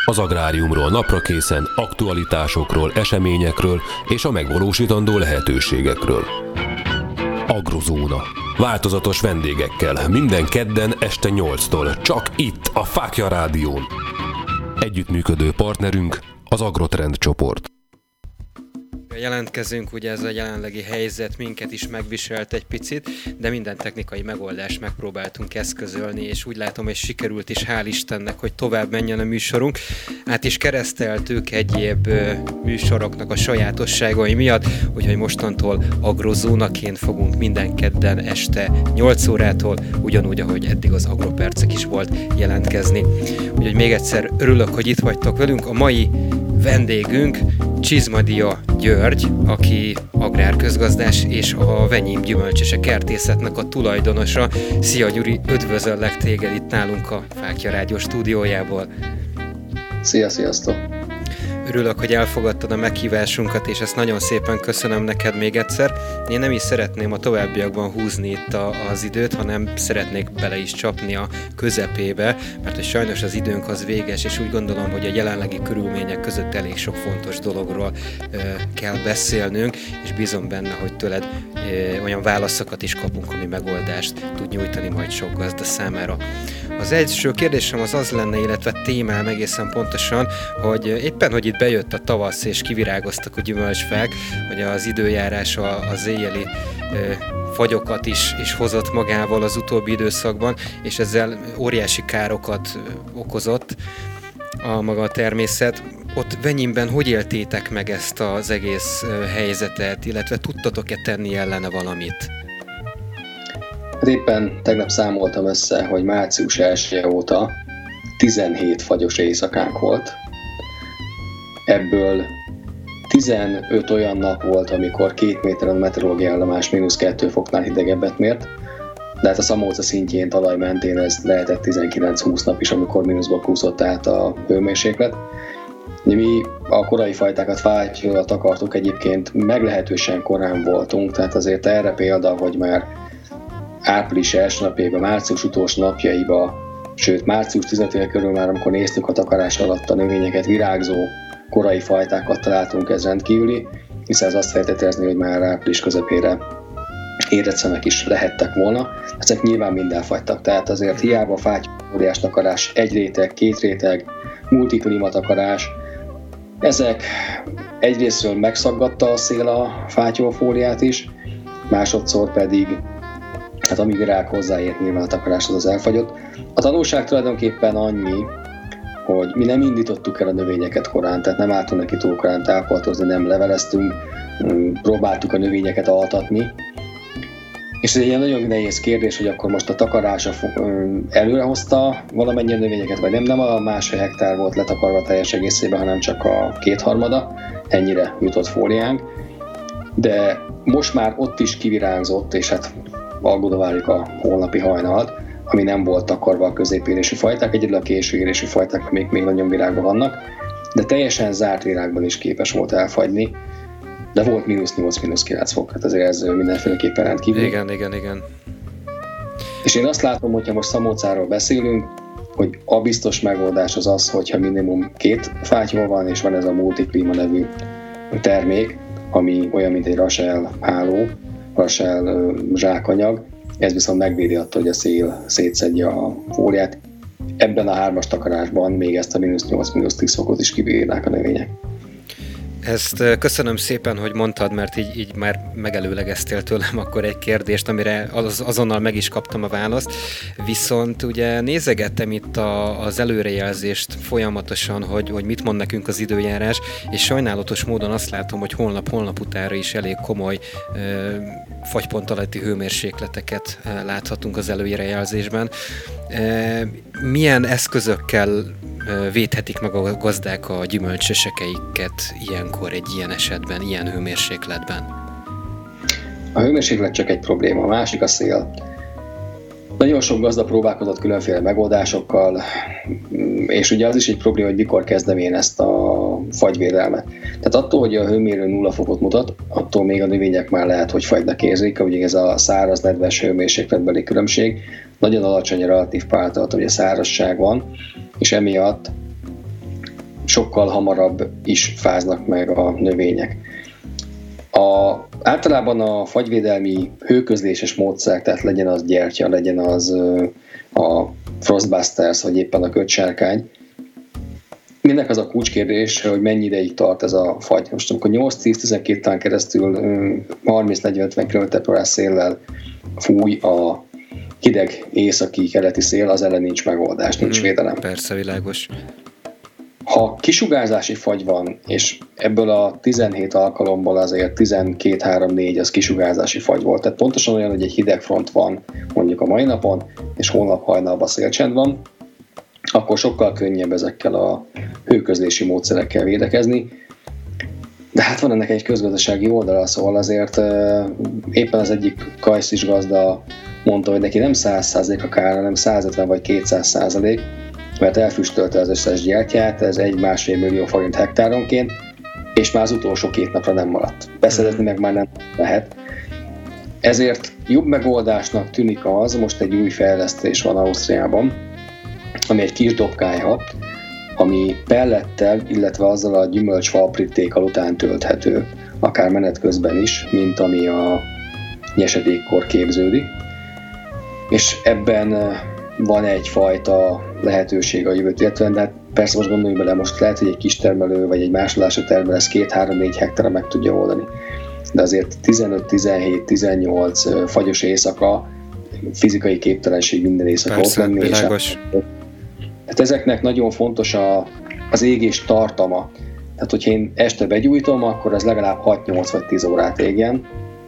Az agráriumról naprakészen, aktualitásokról, eseményekről és a megvalósítandó lehetőségekről. Agrozóna. Változatos vendégekkel, minden kedden este 8-tól, csak itt, a Fáklya Rádión. Együttműködő partnerünk az Agrotrend csoport. Jelentkezünk, ugye ez a jelenlegi helyzet minket is megviselt egy picit, de minden technikai megoldást megpróbáltunk eszközölni, és úgy látom, hogy sikerült is, hál' Istennek, hogy tovább menjen a műsorunk. Át is kereszteltük egyéb műsoroknak a sajátosságai miatt, úgyhogy mostantól agrozónaként fogunk minden kedden este 8 órától, ugyanúgy, ahogy eddig az Agropercek is volt, jelentkezni. Úgyhogy még egyszer örülök, hogy itt vagytok velünk. A mai vendégünk Csizmadia György, aki agrárközgazdás és a Venyim gyümölcsöse kertészetnek a tulajdonosa. Szia Gyuri, üdvözöllek téged itt nálunk a Fáklya Rádió stúdiójából. Sziasztok! Örülök, hogy elfogadtad a meghívásunkat, és ezt nagyon szépen köszönöm neked még egyszer. Én nem is szeretném a továbbiakban húzni itt az időt, hanem szeretnék bele is csapni a közepébe, mert hogy sajnos az időnk az véges, és úgy gondolom, hogy a jelenlegi körülmények között elég sok fontos dologról kell beszélnünk, és bízom benne, hogy tőled olyan válaszokat is kapunk, ami megoldást tud nyújtani majd sok gazda számára. Az első kérdésem az lenne, illetve témám egészen pontosan, hogy éppen, hogy itt bejött a tavasz és kivirágoztak a gyümölcsfák, hogy az időjárás az éjjeli fagyokat is hozott magával az utóbbi időszakban, és ezzel óriási károkat okozott a maga a természet. Ott Venyimben hogy éltétek meg ezt az egész helyzetet, illetve tudtatok-e tenni ellene valamit? Hát éppen tegnap számoltam össze, hogy március 1 óta 17 fagyos éjszakánk volt. Ebből 15 olyan nap volt, amikor 2 méteren a meteorológiai állomás -2 foknál hidegebbet mért, de hát a Szamóca szintjén, talaj mentén ez lehetett 19-20 nap is, amikor mínuszba kúszott át a hőmérséklet. Mi a korai fajtákat fátyollat akartuk, egyébként meglehetősen korán voltunk, tehát azért erre példa, hogy már április első napjaiban, március utolsó napjaiban, sőt március 15 körül már, amikor néztük a takarás alatt a növényeket, virágzó korai fajtákat találtunk, ez rendkívüli, hiszen ez azt feltételezni, hogy már április közepére érett szemek is lehettek volna. Ezek nyilván mind elfagytak, tehát azért hiába fátyolóriás takarás, 1 réteg, 2 réteg, multiklímatakarás, ezek egyrésztről megszaggatta a szél a fátyolfóliát is, másodszor pedig hát amíg virág hozzáért, nyilván a takarás az elfagyott. A tanulság tulajdonképpen annyi, hogy mi nem indítottuk el a növényeket korán, tehát nem álltunk neki túl korán táplálkozni, nem leveleztünk, próbáltuk a növényeket altatni. És ez egy ilyen nagyon nehéz kérdés, hogy akkor most a takarása előrehozta valamennyi a növényeket, vagy nem a 1,5 hektár volt letakarva teljes egészében, hanem csak a 2/3, ennyire jutott fóliánk. De most már ott is kivirágzott, és hát aggódva várjuk a holnapi hajnalt, ami nem volt takarva a középérésű fajták, egyedül a késő érésű fajták még nagyon virágban vannak, de teljesen zárt virágban is képes volt elfagyni, de volt -8, -9 fok, hát azért ez mindenféleképpen rendkívül. Igen. És én azt látom, hogyha most Szamócáról beszélünk, hogy a biztos megoldás az az, hogyha minimum 2 fátyol van, és van ez a Multiklíma nevű termék, ami olyan, mint egy Rachel háló, Rachel zsákanyag, ez viszont megvédi attól, hogy a szél szétszedje a fóliát. Ebben a 3-as takarásban még ezt a -8, -10 fokot is kibírnák a növények. Ezt köszönöm szépen, hogy mondtad, mert így már megelőlegeztél tőlem akkor egy kérdést, amire azonnal meg is kaptam a választ. Viszont ugye nézegettem itt az előrejelzést folyamatosan, hogy mit mond nekünk az időjárás, és sajnálatos módon azt látom, hogy holnap utára is elég komoly fagypont alatti hőmérsékleteket láthatunk az előrejelzésben. Milyen eszközökkel védhetik meg a gazdák a gyümölcsösekeiket ilyenkor, egy ilyen esetben, ilyen hőmérsékletben? A hőmérséklet csak egy probléma, a másik a szél. Nagyon sok gazda próbálkozott különféle megoldásokkal, és ugye az is egy probléma, hogy mikor kezdem én ezt a fagyvédelmet. Tehát attól, hogy a hőmérő 0 fokot mutat, attól még a növények már lehet, hogy fagynak érzik, ugye ez a száraz, nedves hőmérsékletbeli különbség. Nagyon alacsony a relatív pártartalom, hogy a szárazság van, és emiatt sokkal hamarabb is fáznak meg a növények. Általában a fagyvédelmi hőközléses módszerek, tehát legyen az gyertya, legyen az a Frostbusters, vagy éppen a kötsárkány, mindnek az a kulcskérdés, hogy mennyi ideig tart ez a fagy. Most amikor 8-10-12 tán keresztül 30-40-50 km/h széllel fúj a hideg északi keleti szél, az ellen nincs megoldás, nincs védelem. Persze, világos. Ha kisugárzási fagy van, és ebből a 17 alkalomból azért 12-3-4 az kisugárzási fagy volt, tehát pontosan olyan, hogy egy hidegfront van mondjuk a mai napon, és holnap hajnalban szélcsend van, akkor sokkal könnyebb ezekkel a hőközlési módszerekkel védekezni. De hát van ennek egy közgazdasági oldala, szóval azért éppen az egyik kajszis gazda mondta, hogy neki nem 100% a kár, hanem 150 vagy 200%, mert elfüstölte az összes gyertyát, ez 1-1,5 millió forint hektáronként, és már az utolsó 2 napra nem maradt. Beszedetni meg már nem lehet. Ezért jobb megoldásnak tűnik az, most egy új fejlesztés van Ausztriában, ami egy kis dobkályha, ami pellettel, illetve azzal a gyümölcsfalprittékkal után tölthető, akár menet közben is, mint ami a nyesedékkor képződik. És ebben van egyfajta lehetőség a jövőt illetően, de hát persze most gondoljunk bele, most lehet, hogy egy kis termelő vagy egy másolású termelő ezt 2-3-4 hektárra meg tudja oldani. De azért 15-17-18 fagyos éjszaka, fizikai képtelenség minden éjszaka ott lenni. Világos. Hát ezeknek nagyon fontos az égés tartama. Tehát, hogyha én este begyújtom, akkor az legalább 6-8 vagy 10 órát égjen.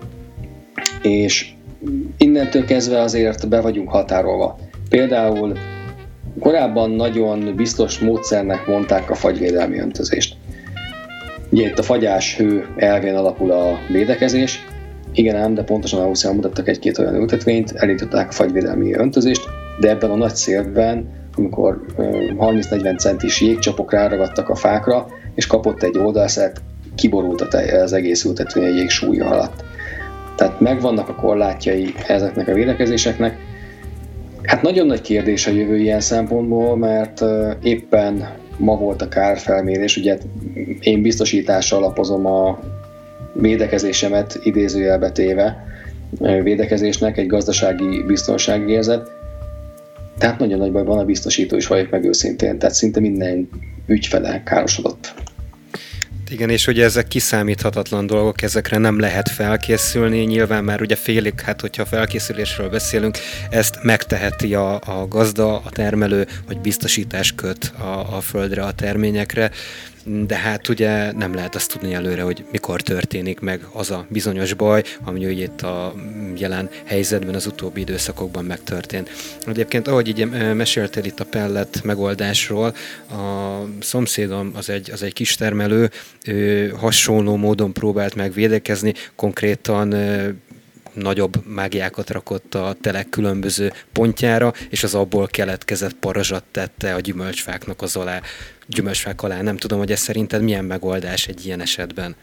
És innentől kezdve azért be vagyunk határolva. Például korábban nagyon biztos módszernek mondták a fagyvédelmi öntözést. Ugye itt a fagyás hő elvén alapul a védekezés. Igen ám, de pontosan Ausztriában mutattak egy-két olyan ültetvényt, elindították a fagyvédelmi öntözést, de ebben a nagy szélben, amikor 30-40 centis jégcsapok ráragadtak a fákra, és kapott egy oldalszert, kiborult az egész ültetvény egy jégsúlya alatt. Tehát megvannak a korlátjai ezeknek a védekezéseknek. Hát nagyon nagy kérdés a jövő ilyen szempontból, mert éppen ma volt a kárfelmérés, ugye én biztosításra alapozom a védekezésemet idézőjelbe téve védekezésnek, egy gazdasági biztonsági érzet. Tehát nagyon nagy baj van, a biztosító is vagyok meg őszintén, tehát szinte minden ügyfele károsodott. Igen, és ugye ezek kiszámíthatatlan dolgok, ezekre nem lehet felkészülni, nyilván már ugye félig, hát hogyha felkészülésről beszélünk, ezt megteheti a gazda, a termelő, hogy biztosítás köt a földre, a terményekre, de hát ugye nem lehet azt tudni előre, hogy mikor történik meg az a bizonyos baj, ami ugye itt a jelen helyzetben az utóbbi időszakokban megtörtént. Egyébként, ahogy így meséltél itt a pellet megoldásról, a szomszédom az egy kistermelő, hasonló módon próbált meg védekezni, konkrétan nagyobb mágiákat rakott a telek különböző pontjára, és az abból keletkezett parazsat tette a gyümölcsfáknak az alá, gyümölcsfák alá. Nem tudom, hogy ez szerinted milyen megoldás egy ilyen esetben?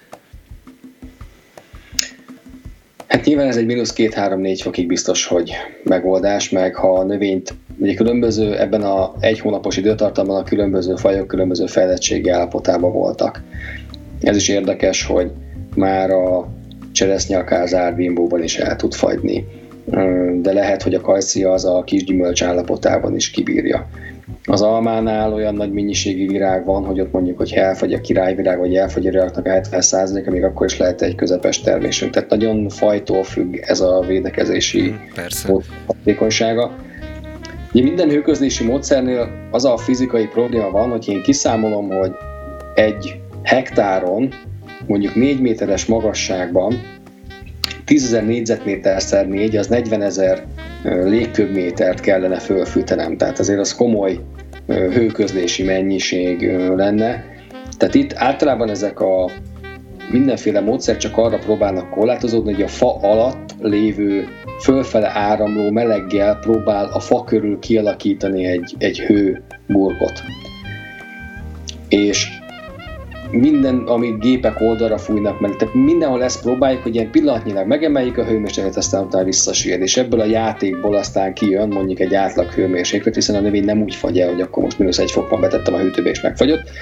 Hát nyilván ez egy -2-3-4 fokig biztos, hogy megoldás, meg ha a növényt, ugye különböző, ebben a 1 hónapos időtartamban a különböző fajok különböző fejlettségi állapotában voltak. Ez is érdekes, hogy már a cseresznye akár zárt bimbóban is el tud fagyni, de lehet, hogy a kajszia az a kis gyümölcs állapotában is kibírja. Az almánál olyan nagy mennyiségű virág van, hogy ott mondjuk, hogy elfagy a királyvirág, vagy elfagy a virágnak a 70%-a, még akkor is lehet egy közepes termésünk. Tehát nagyon fajtól függ ez a védekezési hatékonysága. Ugye minden hőközlési módszernél az a fizikai probléma van, hogy én kiszámolom, hogy egy hektáron, mondjuk 4 méteres magasságban 10.000 négyzetméter/4, az 40.000 légköbmétert kellene fölfűtenem. Tehát azért az komoly hőközlési mennyiség lenne. Tehát itt általában ezek a mindenféle módszer csak arra próbálnak korlátozódni, hogy a fa alatt lévő fölfele áramló meleggel próbál a fa körül kialakítani egy hőburkot. És minden, amit gépek oldalra fújnak meg, tehát mindenhol ezt próbáljuk, hogy ilyen pillanatnyilag megemeljük a hőmérsékletet, aztán utána visszasüllyed, és ebből a játékból aztán kijön mondjuk egy átlag hőmérséklet, hiszen a növény nem úgy fagy el, hogy akkor most -1 fokban betettem a hűtőbe és megfagyott,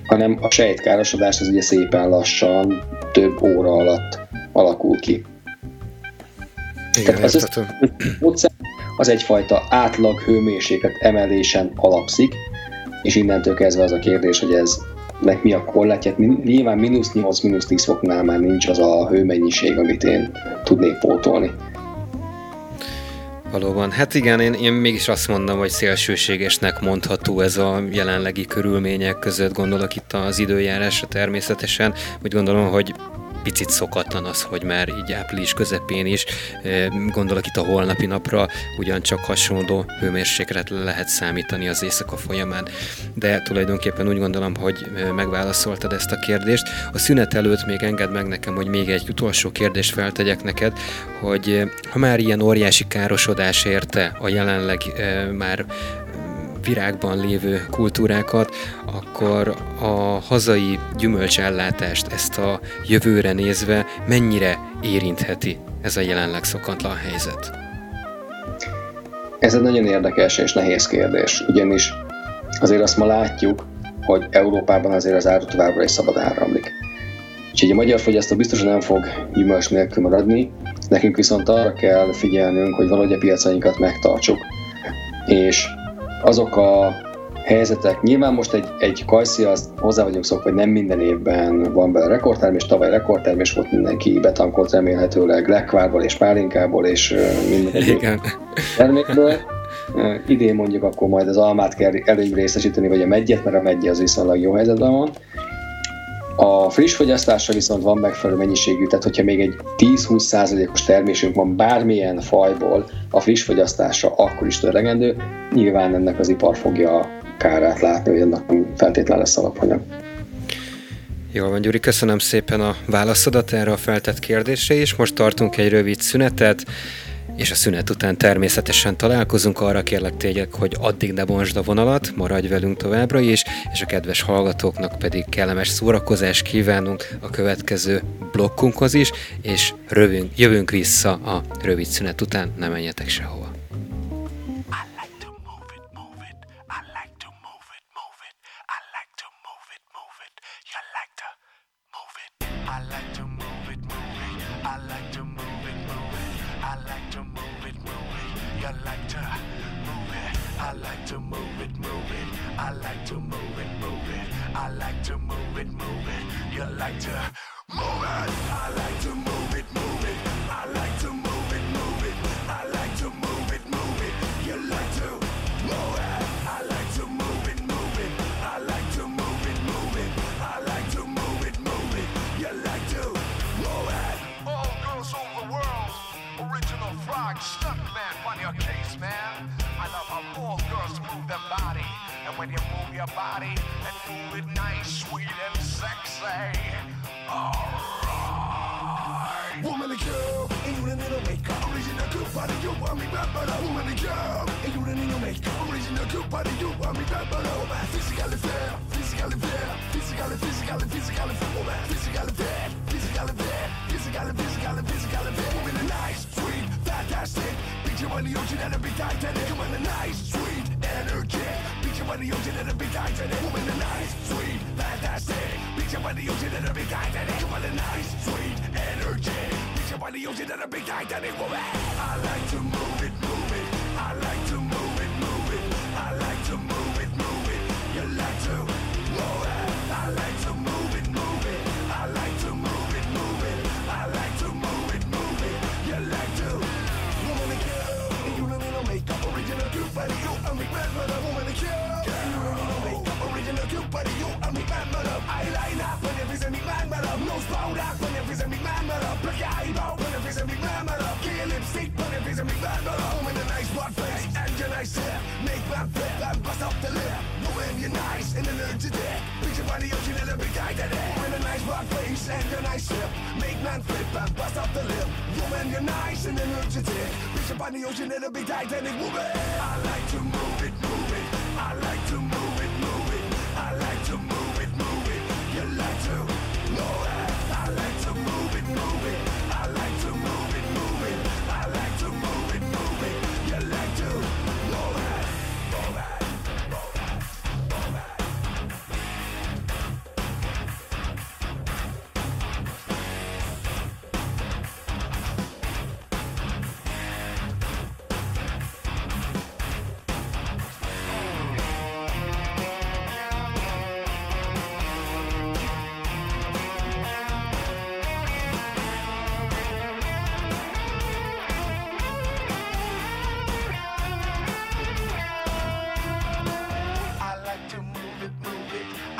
hanem a sejtkárosodás az ugye szépen lassan, több óra alatt alakul ki. Igen, tehát az egyfajta átlag hőmérséklet emelésen alapszik, és innentől kezdve az a kérdés, hogy eznek mi a korlátja. Nyilván -8, -10 foknál már nincs az a hőmennyiség, amit én tudnék pótolni. Valóban. Hát igen, én mégis azt mondom, hogy szélsőségesnek mondható ez a jelenlegi körülmények között, gondolok itt az időjárásra természetesen, úgy gondolom, hogy picit szokatlan az, hogy már így április közepén is, gondolok itt a holnapi napra, ugyancsak hasonló hőmérsékletre lehet számítani az éjszaka folyamán. De tulajdonképpen úgy gondolom, hogy megválaszoltad ezt a kérdést. A szünet előtt még engedd meg nekem, hogy még egy utolsó kérdést feltegyek neked, hogy ha már ilyen óriási károsodás érte a jelenleg már virágban lévő kultúrákat, akkor a hazai gyümölcsellátást, ezt a jövőre nézve mennyire érintheti ez a jelenleg szokatlan helyzet? Ez egy nagyon érdekes és nehéz kérdés, ugyanis azért azt ma látjuk, hogy Európában azért az áru továbbra is szabad áramlik. Úgyhogy a magyar fogyasztó biztosan nem fog gyümölcs nélkül maradni, nekünk viszont arra kell figyelnünk, hogy valahogy a piacainkat megtartsuk, és azok a helyzetek, nyilván most egy kajszi, az hozzá vagyunk szokva, hogy nem minden évben van bele rekordtermés, tavaly rekordtermés volt, mindenki betankolt remélhetőleg lekvárból és pálinkából és minden egyéb termékből. Idén mondjuk akkor majd az almát kell előbb részesíteni, vagy a meggyet, mert a meggye az viszonylag jó helyzetben van. A friss fogyasztásra viszont van megfelelő mennyiségű, tehát hogyha még egy 10-20%-os termésünk van bármilyen fajból a friss fogyasztásra, akkor is elegendő. Nyilván ennek az ipar fogja a kárát látni, hogy ennek feltétlenül lesz alapanyag. Jól van, Gyuri, köszönöm szépen a válaszodat erre a feltett kérdésre is. Most tartunk egy rövid szünetet, és a szünet után természetesen találkozunk. Arra kérlek téged, hogy addig ne bontsd a vonalat, maradj velünk továbbra is, és a kedves hallgatóknak pedig kellemes szórakozást kívánunk a következő blokkunkhoz is, és jövünk vissza a rövid szünet után, ne menjetek sehova. When you move your body and move it nice, sweet and sexy. Alright. Woman and girl, and you didn't need no makeup. Original good body, you want me back, but woman and girl, and you didn't need no makeup. Original good body, you want me back, but physically fair, physically fair, physically fair, woman, physically fair, physically fair, physically fair. Woman and nice, sweet, fantastic. Picture on the ocean and a big Titanic. Woman and nice, sweet, energetic. By the ocean and a big Titanic. Woman, a nice, sweet, fantastic. Picture by the ocean and a big Titanic. Woman, a nice, sweet, energy. Picture by the ocean and a big Titanic. Woman, I like to move it, move it. I like to move it, move it. I like to move it, move it. You like to move it. I like to move it, move it. I like to move it, move it. I like to move it, move it. You like to. Woman, a girl, and you don't need no makeup. Original cute body, you and me, man, but a woman, a girl. But you and me man, but up eyeliner when you visit me man, but up nose powder when you visit me man, but up black eyebrow when you visit me man, but up key lipstick when you visit me man, but up woman a nice broad face and your nice hair make man flip and bust up the lip. Woman you nice and energetic, picture by the ocean and a big Titanic. Woman a nice broad face and your nice hair make man flip and bust up the lip. Woman you nice and energetic, picture by the ocean and a big Titanic. Woman, I like to move it, move it. I like to move it, move it. I like to move it, move it. You like to move it. I like to move it, move it. I like to move it, move it. I like to move it, move it. You like to move it, move it, move it, move it.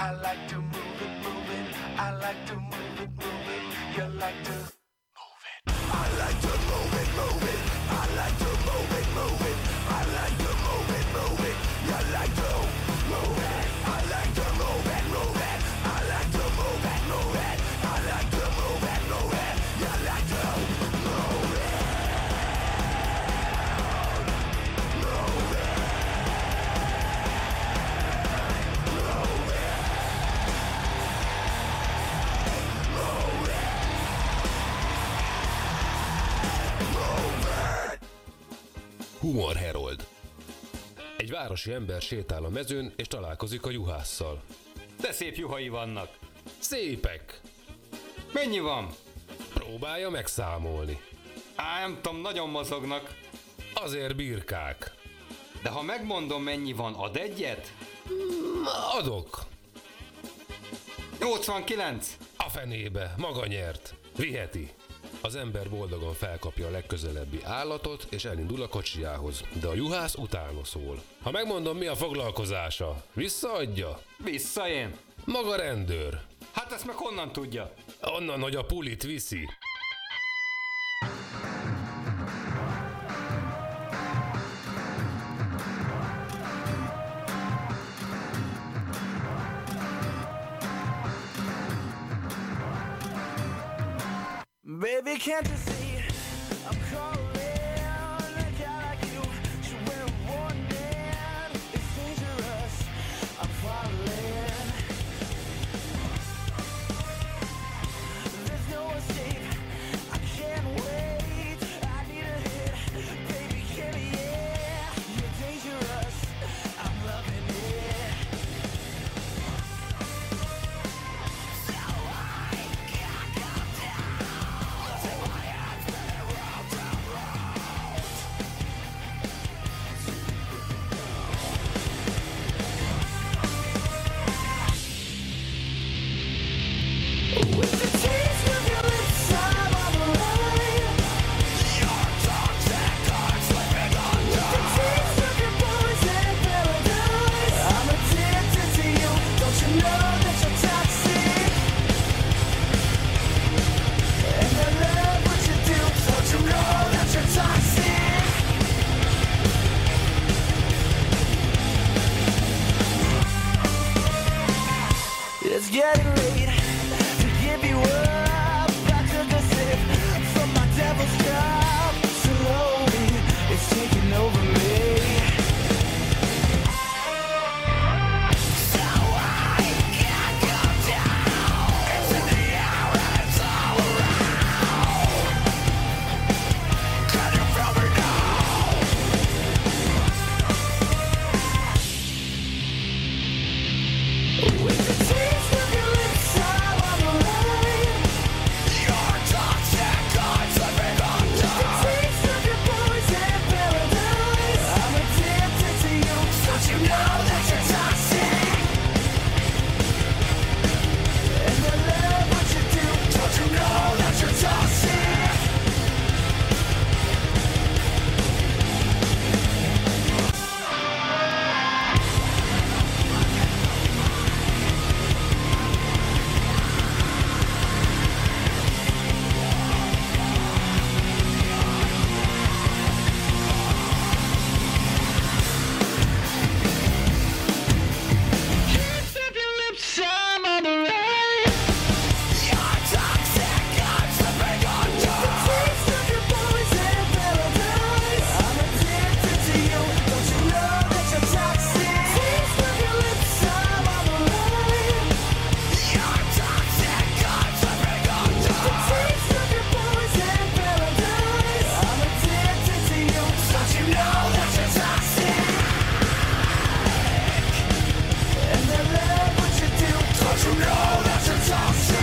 I like to move it, I like to move it, you like to move it. I like to move it, I like to move it, I like to move it, you like to move it. I like to move it, I like to move it, I like to move it, you like to move it. Humor Herold. Egy városi ember sétál a mezőn, és találkozik a juhásszal. De szép juhai vannak. Szépek! Mennyi van? Próbálja megszámolni. Nem tudom, nagyon mozognak. Azért birkák. De ha megmondom, mennyi van, ad egyet? Adok. 89. A fenébe, maga nyert. Viheti. Az ember boldogan felkapja a legközelebbi állatot, és elindul a kocsijához, de a juhász utána szól. Ha megmondom, mi a foglalkozása, visszaadja? Vissza én. Maga rendőr. Hát ezt meg honnan tudja? Onnan, hogy a pulit viszi. Baby, can't you see I'm calling? A guy like you should wear a warning. It's dangerous, I'm falling. There's no escape, I can't wait. I need a hit, baby, give me it. You're dangerous, I'm loving it. So I can't come down. Take my hands, let it roll down road. With the taste of your lips, I'm on the line. Your toxic heart slipping under. With the taste of your poison paradise, I'm addicted to you. Don't you know that you're toxic? And I love what you do. Don't you know that you're toxic? It's getting late to give you up. I took a sip from my devil's cup. Slowly, it's taking over me. So I can't come down. It's in the air and it's all around. Can you feel me now? With the taste of your lips, I'm on the line. Your toxic heart slipping under. With the taste of your poison paradise, I'm addicted to you. Don't you know that you're toxic? And I love what you do. Don't you know that you're toxic? Kiss of your lips, I'm on the line. Your toxic heart slipping under. The taste of your poison paradise, I'm addicted to you. Don't you know that you're toxic? Taste of your lips, I'm on the line. Your toxic heart slipping under. The taste of your poison paradise, I'm addicted to you. Don't you know that you're toxic? And I love what you do. Don't you know that you're toxic?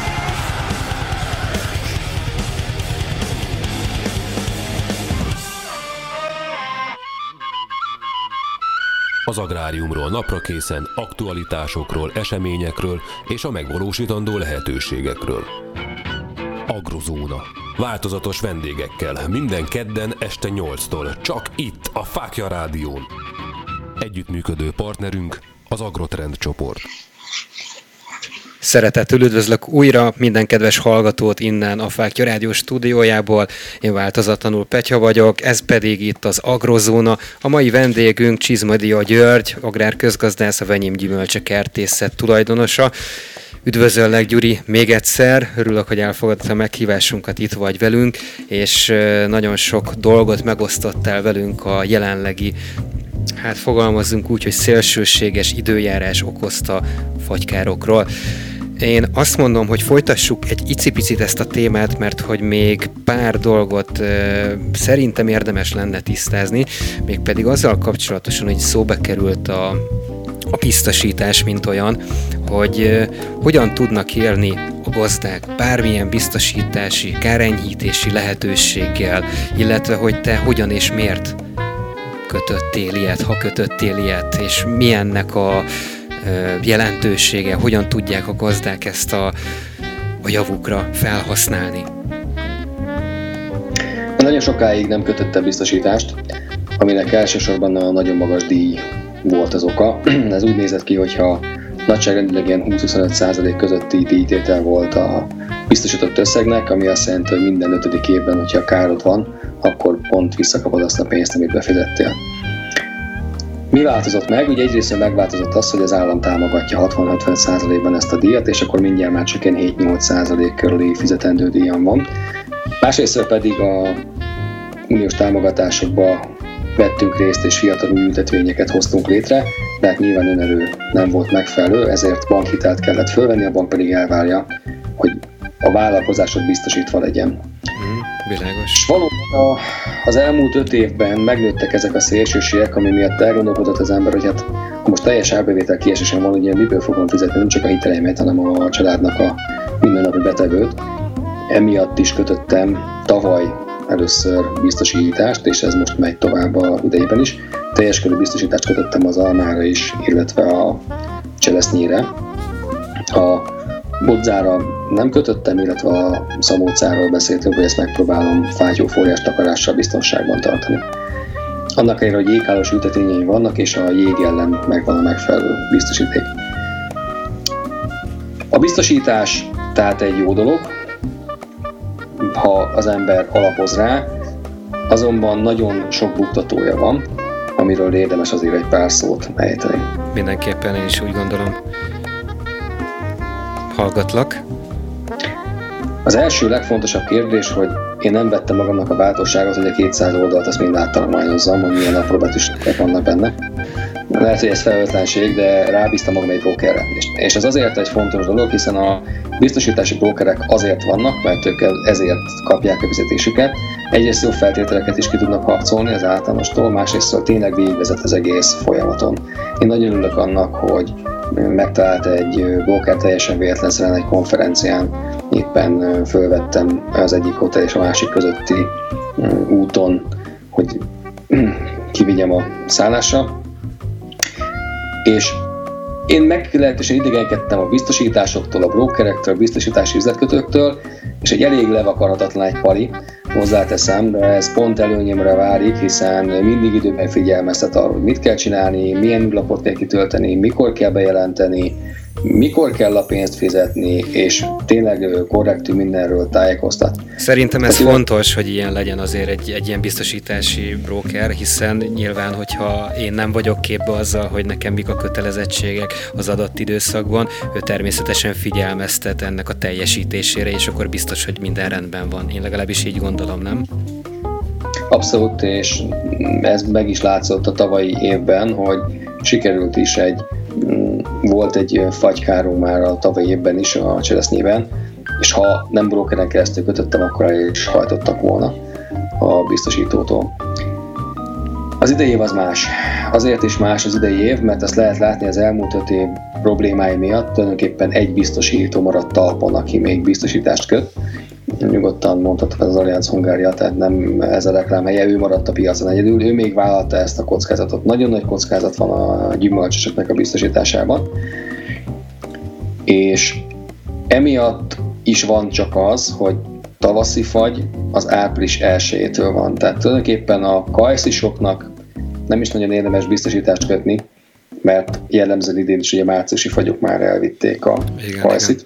Az agráriumról naprakészen, aktualitásokról, eseményekről és a megvalósítandó lehetőségekről. Agrozóna. Változatos vendégekkel, minden kedden este 8-tól, csak itt, a Fáklya Rádión. Együttműködő partnerünk az Agrotrend csoport. Szeretettel üdvözlök újra minden kedves hallgatót innen a Fáklya Rádió stúdiójából. Én változatlanul Petya vagyok, ez pedig itt az Agrozóna. A mai vendégünk Csizmadia György, agrárközgazdász, a Venyim Gyümölcse Kertészet tulajdonosa. Üdvözöllek, Gyuri, még egyszer. Örülök, hogy elfogadtad a meghívásunkat, itt vagy velünk, és nagyon sok dolgot megosztottál velünk a jelenlegi, hát fogalmazzunk úgy, hogy szélsőséges időjárás okozta fagykárokról. Én azt mondom, hogy folytassuk egy icipicit ezt a témát, mert hogy még pár dolgot szerintem érdemes lenne tisztázni, mégpedig azzal kapcsolatosan, hogy szóba került a biztosítás, mint olyan, hogy hogyan tudnak élni a gazdák bármilyen biztosítási, kárenyhítési lehetőséggel, illetve hogy te hogyan és miért kötöttél ilyet, ha kötöttél ilyet, és mi ennek a jelentősége, hogyan tudják a gazdák ezt a javukra felhasználni. Nagyon sokáig nem kötöttem biztosítást, aminek elsősorban a nagyon magas díj volt az oka. Ez úgy nézett ki, hogyha nagyságrendileg ilyen 20-25% közötti díjtétel volt a biztosított összegnek, ami azt jelenti, hogy minden 5. évben, hogyha károd van, akkor pont visszakapod azt a pénzt, amit befizettél. Mi változott meg? Ugye egyrészt megváltozott az, hogy az állam támogatja 60-70%-ban ezt a díjat, és akkor mindjárt már csak ilyen 7-8% körüli fizetendő díjam van. Másrészt pedig a uniós támogatásokba vettünk részt, és fiatal új ültetvényeket hoztunk létre, de hát nyilván önerő nem volt megfelelő, ezért bankhitelt kellett fölvenni, a bank pedig elvárja, hogy a vállalkozásod biztosítva legyen. Világos. És valóban az elmúlt 5 évben megnőttek ezek a szélsőségek, ami miatt elgondolkodott az ember, hogy hát ha most teljes árbevétel kiesésem van, ugye miből fogom fizetni, nem csak a hiteleimet, hanem a családnak a mindennapi betevőt. Emiatt is kötöttem tavaly először biztosítást, és ez most megy tovább a idejében is. Teljes körű biztosítást kötöttem az almára is, illetve a cseresznyére. A bodzára nem kötöttem, illetve a szamócáról beszéltünk, hogy ezt megpróbálom fátyófóliás takarással biztonságban tartani. Annak ellenére, hogy jégállós ültetvényeim vannak, és a jég ellen megvan a megfelelő biztosíték. A biztosítás tehát egy jó dolog, ha az ember alapoz rá, azonban nagyon sok buktatója van, amiről érdemes azért egy pár szót ejteni. Mindenképpen én is úgy gondolom. Hallgatlak. Az első legfontosabb kérdés, hogy én nem vettem magamnak a bátorságot, hogy a 200 oldalt azt mind áttanulmányozzam, hogy milyen apró betűsségek vannak benne. Lehet, hogy ez felhőtlenség, de rábíztam magam egy brókerre. És ez azért egy fontos dolog, hiszen a biztosítási brókerek azért vannak, mert ők ezért kapják a fizetésüket. Egyrészt jó feltételeket is ki tudnak harcolni az általánostól, másrészt tényleg végigvezet az egész folyamaton. Én nagyon örülök annak, hogy megtalált egy bróker teljesen véletlenszerűen egy konferencián, éppen fölvettem az egyik hotel és a másik közötti úton, hogy kivigyem a szállásra. És én meglehetősen idegenkedtem a biztosításoktól, a brókerektől, a biztosítási üzletkötőktől, és egy elég levakarhatatlan egy pali, hozzáteszem, de ez pont előnyömre válik, hiszen mindig időben figyelmeztet arra, hogy mit kell csinálni, milyen űrlapot kell kitölteni, mikor kell bejelenteni, mikor kell a pénzt fizetni, és tényleg korrektül mindenről tájékoztat. Szerintem ez fontos, hogy ilyen legyen azért egy ilyen biztosítási broker, hiszen nyilván, hogyha én nem vagyok képbe azzal, hogy nekem mik a kötelezettségek az adott időszakban, ő természetesen figyelmeztet ennek a teljesítésére, és akkor biztos, hogy minden rendben van. Én legalábbis így gondolom, nem? Abszolút, és ez meg is látszott a tavalyi évben, hogy sikerült is volt egy fagykárunk már a tavalyi évben is a cseresznyében, és ha nem brókeren keresztül kötöttem, akkor el is hajtottak volna a biztosítótól. Az idei év az más. Azért is más az idei év, mert azt lehet látni az elmúlt 5 év problémái miatt, tulajdonképpen egy biztosító maradt talpon, aki még biztosítást köt. Nyugodtan mondhatok az Allianz Hungária, tehát nem ez a reklámhelye, ő maradt a piacon egyedül, ő még vállalta ezt a kockázatot. Nagyon nagy kockázat van a gyümölcsösöknek a biztosításában. És emiatt is van csak az, hogy tavaszi fagy az április 1-től van. Tehát tulajdonképpen a kajszisoknak nem is nagyon érdemes biztosítást kötni, mert jellemzően idén is ugye márciusi fagyok már elvitték a hajszit.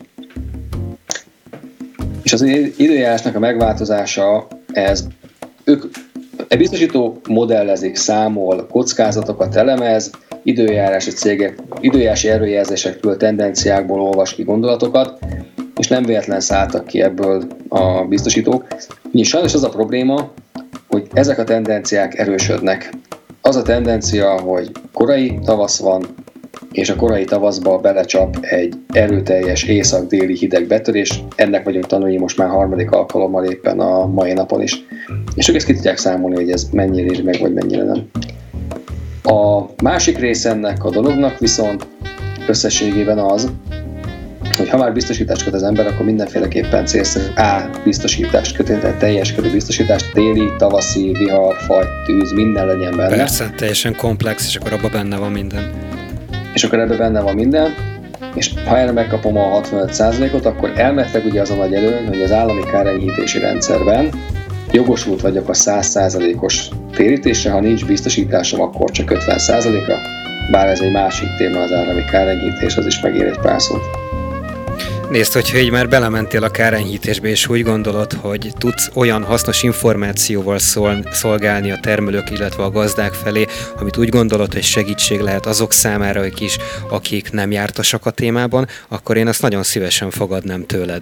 És az időjárásnak a megváltozása, ők biztosító modellezik, számol, kockázatokat elemez, időjárási cégek, időjárási előjelzésekből, tendenciákból olvas ki gondolatokat, és nem véletlen szálltak ki ebből a biztosítók. És sajnos az a probléma, hogy ezek a tendenciák erősödnek. Az a tendencia, hogy korai tavasz van, és a korai tavaszba belecsap egy erőteljes észak-déli hideg betörés. Ennek vagyunk tanulni most már harmadik alkalommal éppen a mai napon is. És ők ezt ki tudják számolni, hogy ez mennyire éri meg, vagy mennyire nem. A másik része ennek a dolognak viszont összességében az, hogy ha már biztosítást köt az ember, akkor mindenféleképpen célszerű biztosítást kötni, tehát teljes körű biztosítást, téli, tavaszi, vihar, fagy, tűz, minden legyen benne. Persze, teljesen komplex, és akkor abban benne van minden. És akkor ebben benne van minden, és ha erre megkapom a 65%-ot, akkor elméletileg ugye az a nagy előny, hogy az állami kárenyhítési rendszerben jogosult vagyok a 100%-os térítésre, ha nincs biztosításom, akkor csak 50%-ra, bár ez egy másik téma, az állami kárenyhítés, az is megér egy pár szót. Nézd, hogyha így már belementél a kárenyhítésbe, és úgy gondolod, hogy tudsz olyan hasznos információval szolgálni a termelők, illetve a gazdák felé, amit úgy gondolod, hogy segítség lehet azok számára is, akik nem jártasak a témában, akkor én azt nagyon szívesen fogadnám tőled.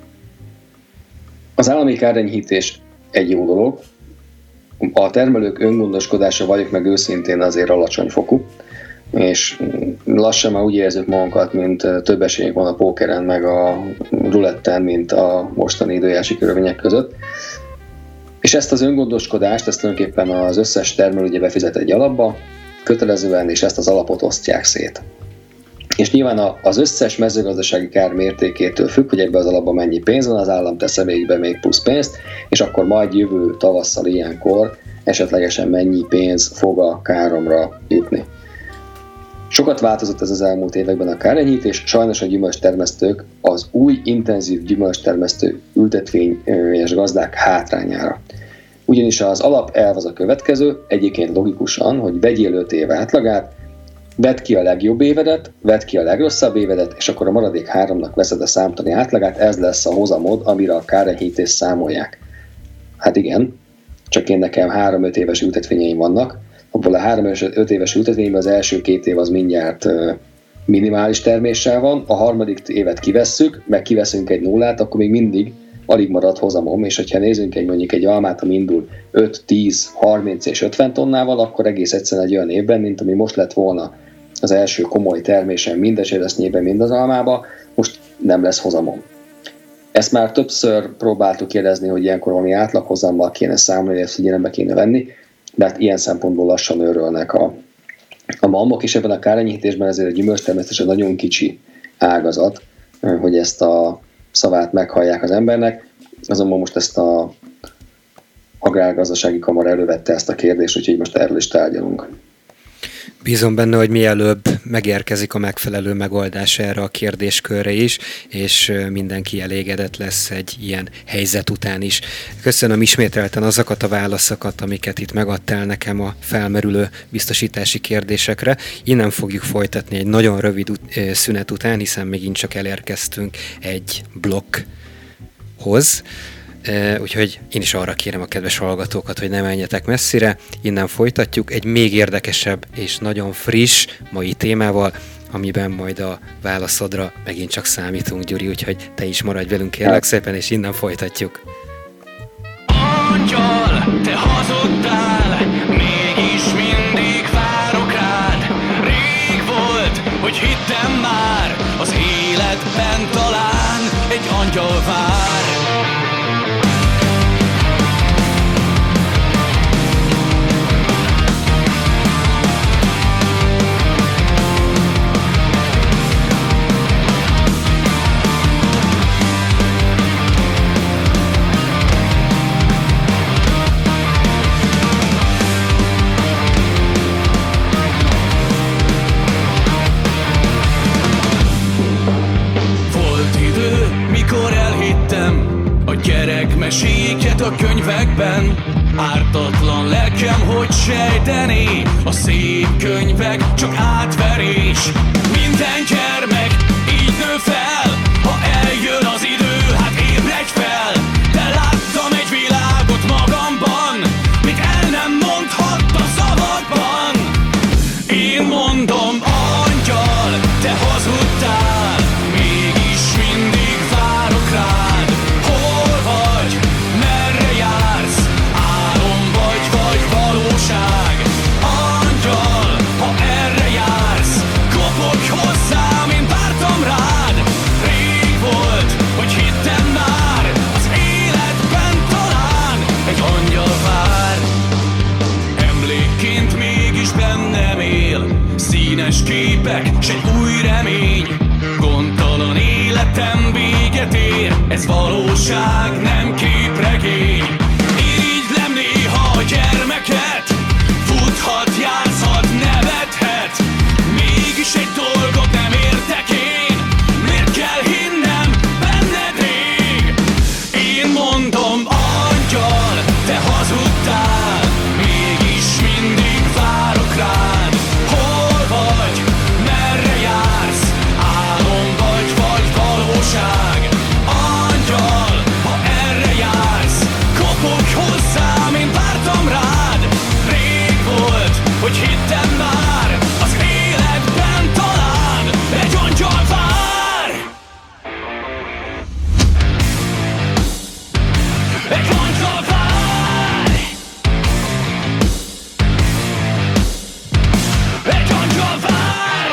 Az állami kárenyhítés egy jó dolog. A termelők öngondoskodása, valljuk meg őszintén, azért alacsony fokú, és lassan már úgy érezzük magunkat, mint több esélyünk van a pókeren meg a ruletten, mint a mostani időjárási körülmények között. És ezt az öngondoskodást, ezt tulajdonképpen az összes termelő ugye befizet egy alapba, kötelezően, és ezt az alapot osztják szét. És nyilván az összes mezőgazdasági kár mértékétől függ, hogy ebbe az alapban mennyi pénz van, az állam tesz be még plusz pénzt, és akkor majd jövő tavasszal ilyenkor esetlegesen mennyi pénz fog a káromra jutni. Sokat változott ez az elmúlt években a kárenyhítés, sajnos a gyümölcstermesztők az új intenzív gyümölcstermesztő ültetvényes gazdák hátrányára. Ugyanis az alapelv az a következő, egyébként logikusan, hogy vegyél 5 év átlagát, vedd ki a legjobb évedet, vedd ki a legrosszabb évedet, és akkor a maradék 3-nak veszed a számtani átlagát, ez lesz a hozamod, amire a kárenyhítést számolják. Hát igen, csak én nekem 3-5 éves ültetvényeim vannak, abból a 3-5 éves ültetvényben az első 2 év az mindjárt minimális terméssel van, a harmadik évet kivesszük, meg kiveszünk egy nullát, akkor még mindig alig marad hozamom, és hogyha nézzünk mondjuk egy almát, ami indul 5, 10, 30 és 50 tonnával, akkor egész egyszerűen egy olyan évben, mint ami most lett volna az első komoly termésen, mind a cseresznyében, mind az almába, most nem lesz hozamom. Ezt már többször próbáltuk jelezni, hogy ilyenkor valami átlaghozammal kéne számolni, ezt figyelembe kéne venni, de hát ilyen szempontból lassan őrölnek a malmok, és ebben a kárenyhítésben ezért a gyümölcstermesztés egy nagyon kicsi ágazat, hogy ezt a szavát meghallják az embernek. Azonban most ezt a Agrárgazdasági Kamara elővette ezt a kérdést, úgyhogy most erről is tárgyalunk. Bízom benne, hogy mielőbb megérkezik a megfelelő megoldás erre a kérdéskörre is, és mindenki elégedett lesz egy ilyen helyzet után is. Köszönöm ismételten azokat a válaszokat, amiket itt megadtál nekem a felmerülő biztosítási kérdésekre. Innen fogjuk folytatni egy nagyon rövid szünet után, hiszen megint csak elérkeztünk egy blokkhoz. Úgyhogy én is arra kérem a kedves hallgatókat, hogy ne menjetek messzire. Innen folytatjuk egy még érdekesebb és nagyon friss mai témával, amiben majd a válaszodra megint csak számítunk, Gyuri, úgyhogy te is maradj velünk, kérlek szépen, és innen folytatjuk. Angyal, te hazudtál, mégis mindig várok rád. Rég volt, hogy hittem már, az életben talán egy angyal vár. Meséket a könyvekben. Ártatlan lelkem, hogy sejteni, a szép könyvek csak átverés. Minden gyermek így nő fel, ha eljön az idő, hát ébredj fel. De láttam egy világot magamban, mit el nem mondhatta szavakban. Én mondom, angyal, te hazudtál, mégis mindig várok rád. Hol vagy, merre jársz, álom vagy valóság. Angyal, ha erre jársz, kopogj hozzám, én vártam rád. Rég volt, hogy hittem már, az életben talán egy angyal vár. Emlékként mégis bennem él, színes képek, s egy új remény. Gondtalan életem véget ér, ez valóság, nem képregény. Irigylem néha a gyermeket, futhat, játszhat, nevethet. Mégis egy dolgot nem értek én, miért kell hinnem benned rég? Én mondom, angyal, te hazudtál, mégis mindig várok rád. Hol vagy, merre jársz, álom vagy valóság. Angyal, ha erre jársz, kopogj hozzám, én vártam rád. Rég volt, hogy hittem már, az életben talán egy angyal vár. Egy angyal vár. Egy angyal vár.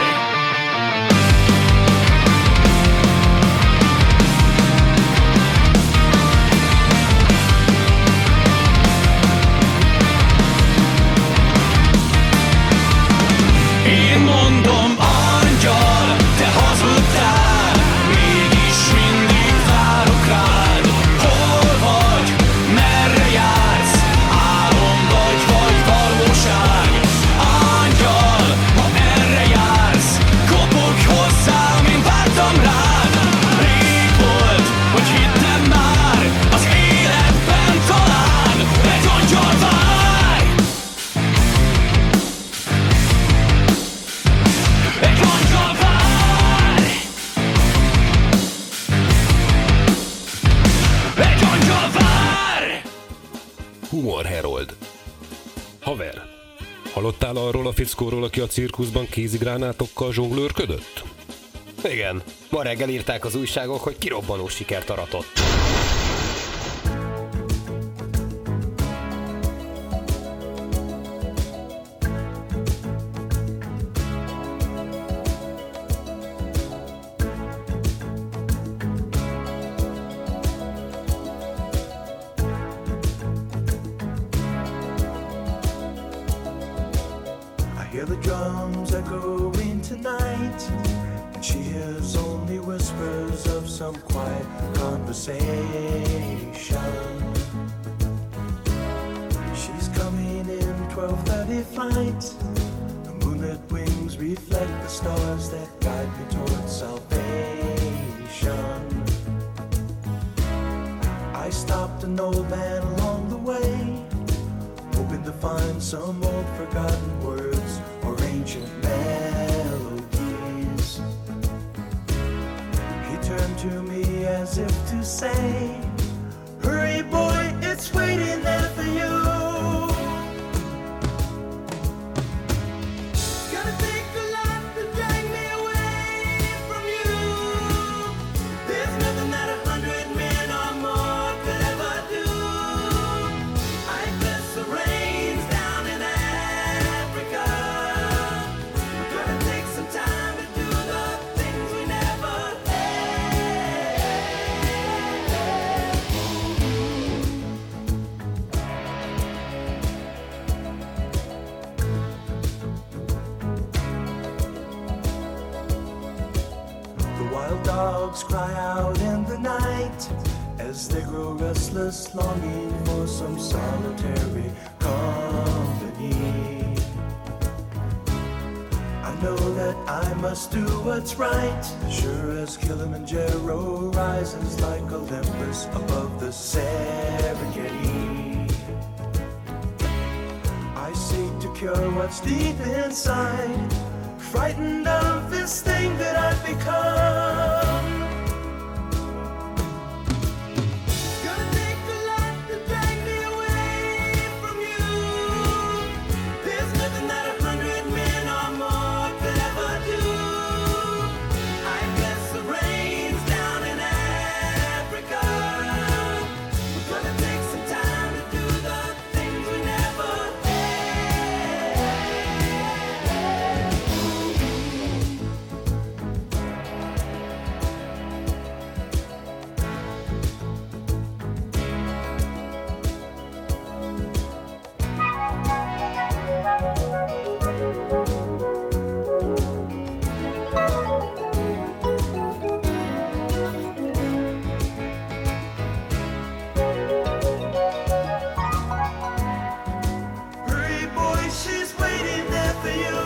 Én mondom, angyal, te hazudtál, mégis mindig várok rád. Hol vagy, merre jársz, álom vagy valóság. Angyal, ha erre jársz, kopogj hozzám, én vártam rád. Rég volt, hogy hittem már, az életben talán egy angyal vár. Egy angyal vár. Egy angyal vár. Humor Herold. Haver, hallottál arról a fickóról, aki a cirkuszban kézigránátokkal zsonglőrködött? Igen, ma reggel írták az újságok, hogy kirobbanó sikert aratott. I hear the drums echoing tonight, and she hears only whispers of some quiet conversation. She's coming in 12:30 flight. The moonlit wings reflect the stars that guide me towards salvation. I stopped an old man along the way, hoping to find some old forgotten words or ancient melodies. He turned to me as if to say, hurry boy, it's waiting there for you. It's gonna take a lot to drag me away from you. There's nothing that 100 men or more could ever do. I bless the rains down in Africa. We're gonna take some time to do the things we never had. The wild dogs cry out in the night as they grow restless, longing for some solitary company. I know that I must do what's right, sure as Kilimanjaro rises like Olympus above the Serengeti. cure what's deep inside. Frightened of this thing that I've become. It's gonna take a lot to drag me away from you. There's nothing that 100 men or more could ever do. I guess the rain's down in Africa. We're gonna take some time to do the things we never Hurry, boy, she's waiting there for you.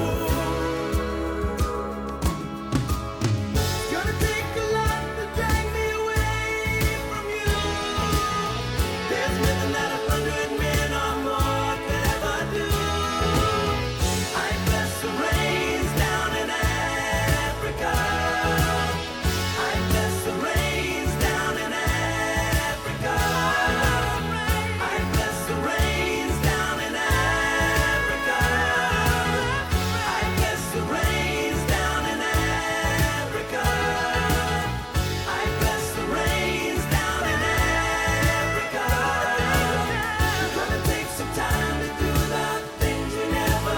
It's gonna take a lot to drag me away from you. There's nothing that 100 men or more could ever do. I bless the rains down in Africa. I bless the rains down in Africa. I bless the rains down in Africa. I bless the rains down in Africa. I bless the rains down in Africa. We're gonna take some time to do the things we never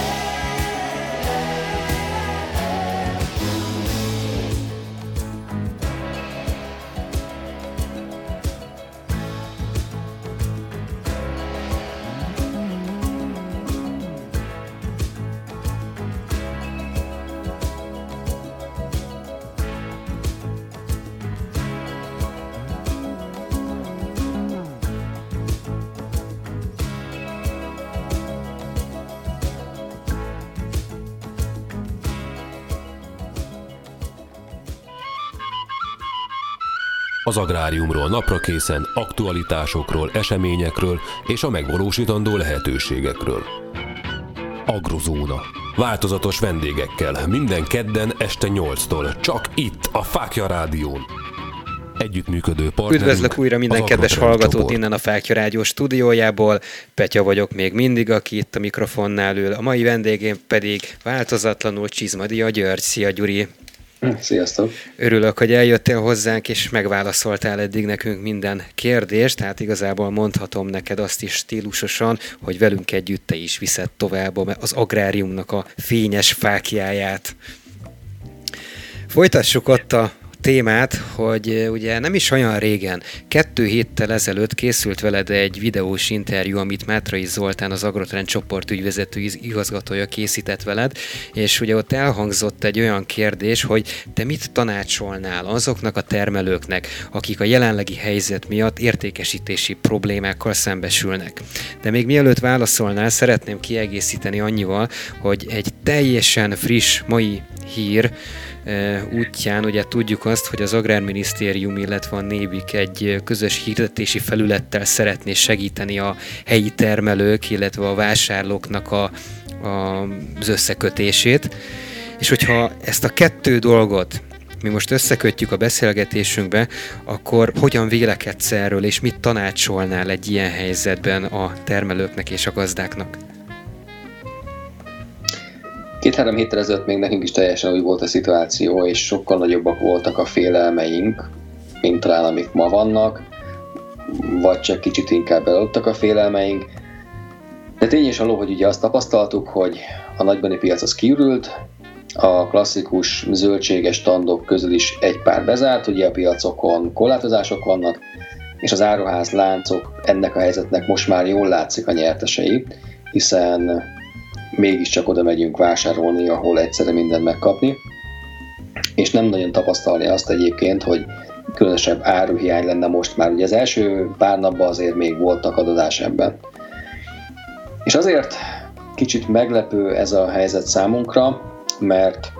Az agráriumról naprakészen, aktualitásokról, eseményekről és a megvalósítandó lehetőségekről. Agrozóna. Változatos vendégekkel, minden kedden este 8-tól, csak itt, a Fáklya Rádión. Együttműködő partnerünk Üdvözlök újra minden az kedves Agrotrend hallgatót csoport. innen a Fáklya Rádió stúdiójából. Petya vagyok még mindig, aki itt a mikrofonnál ül. A mai vendégém pedig változatlanul Csizmadia György. Szia, Gyuri! Sziasztok! Örülök, hogy eljöttél hozzánk, és megválaszoltál eddig nekünk minden kérdést, tehát igazából mondhatom neked azt is stílusosan, hogy velünk együtt te is viszed tovább az agráriumnak a fényes fáklyáját. Folytassuk ott a témát, hogy ugye nem is olyan régen, 2 héttel ezelőtt készült veled egy videós interjú, amit Mátrai Zoltán, az Agrotrend csoport ügyvezető igazgatója készített veled, és ugye ott elhangzott egy olyan kérdés, hogy te mit tanácsolnál azoknak a termelőknek, akik a jelenlegi helyzet miatt értékesítési problémákkal szembesülnek. De még mielőtt válaszolnál, szeretném kiegészíteni annyival, hogy egy teljesen friss mai hír útján ugye tudjuk azt, hogy az Agrárminisztérium, illetve a NÉBIK egy közös hirdetési felülettel szeretné segíteni a helyi termelők, illetve a vásárlóknak az összekötését. És hogyha ezt a 2 dolgot mi most összekötjük a beszélgetésünkbe, akkor hogyan vélekedsz erről, és mit tanácsolnál egy ilyen helyzetben a termelőknek és a gazdáknak? 2-3 héttel ezelőtt még nekünk is teljesen új volt a szituáció, és sokkal nagyobbak voltak a félelmeink, mint talán amik ma vannak, vagy csak kicsit inkább eladtak a félelmeink. De tény és való, hogy ugye azt tapasztaltuk, hogy a nagybani piac az kiürült, a klasszikus zöldséges standok közül is egy pár bezárt, ugye a piacokon korlátozások vannak, és az áruház láncok ennek a helyzetnek most már jól látszik a nyertesei, hiszen mégiscsak oda megyünk vásárolni, ahol egyszerre mindent megkapni, és nem nagyon tapasztalni azt egyébként, hogy különösebb áruhiány lenne most már. Ugye az első pár napban azért még volt akadozás ebben. És azért kicsit meglepő ez a helyzet számunkra, mert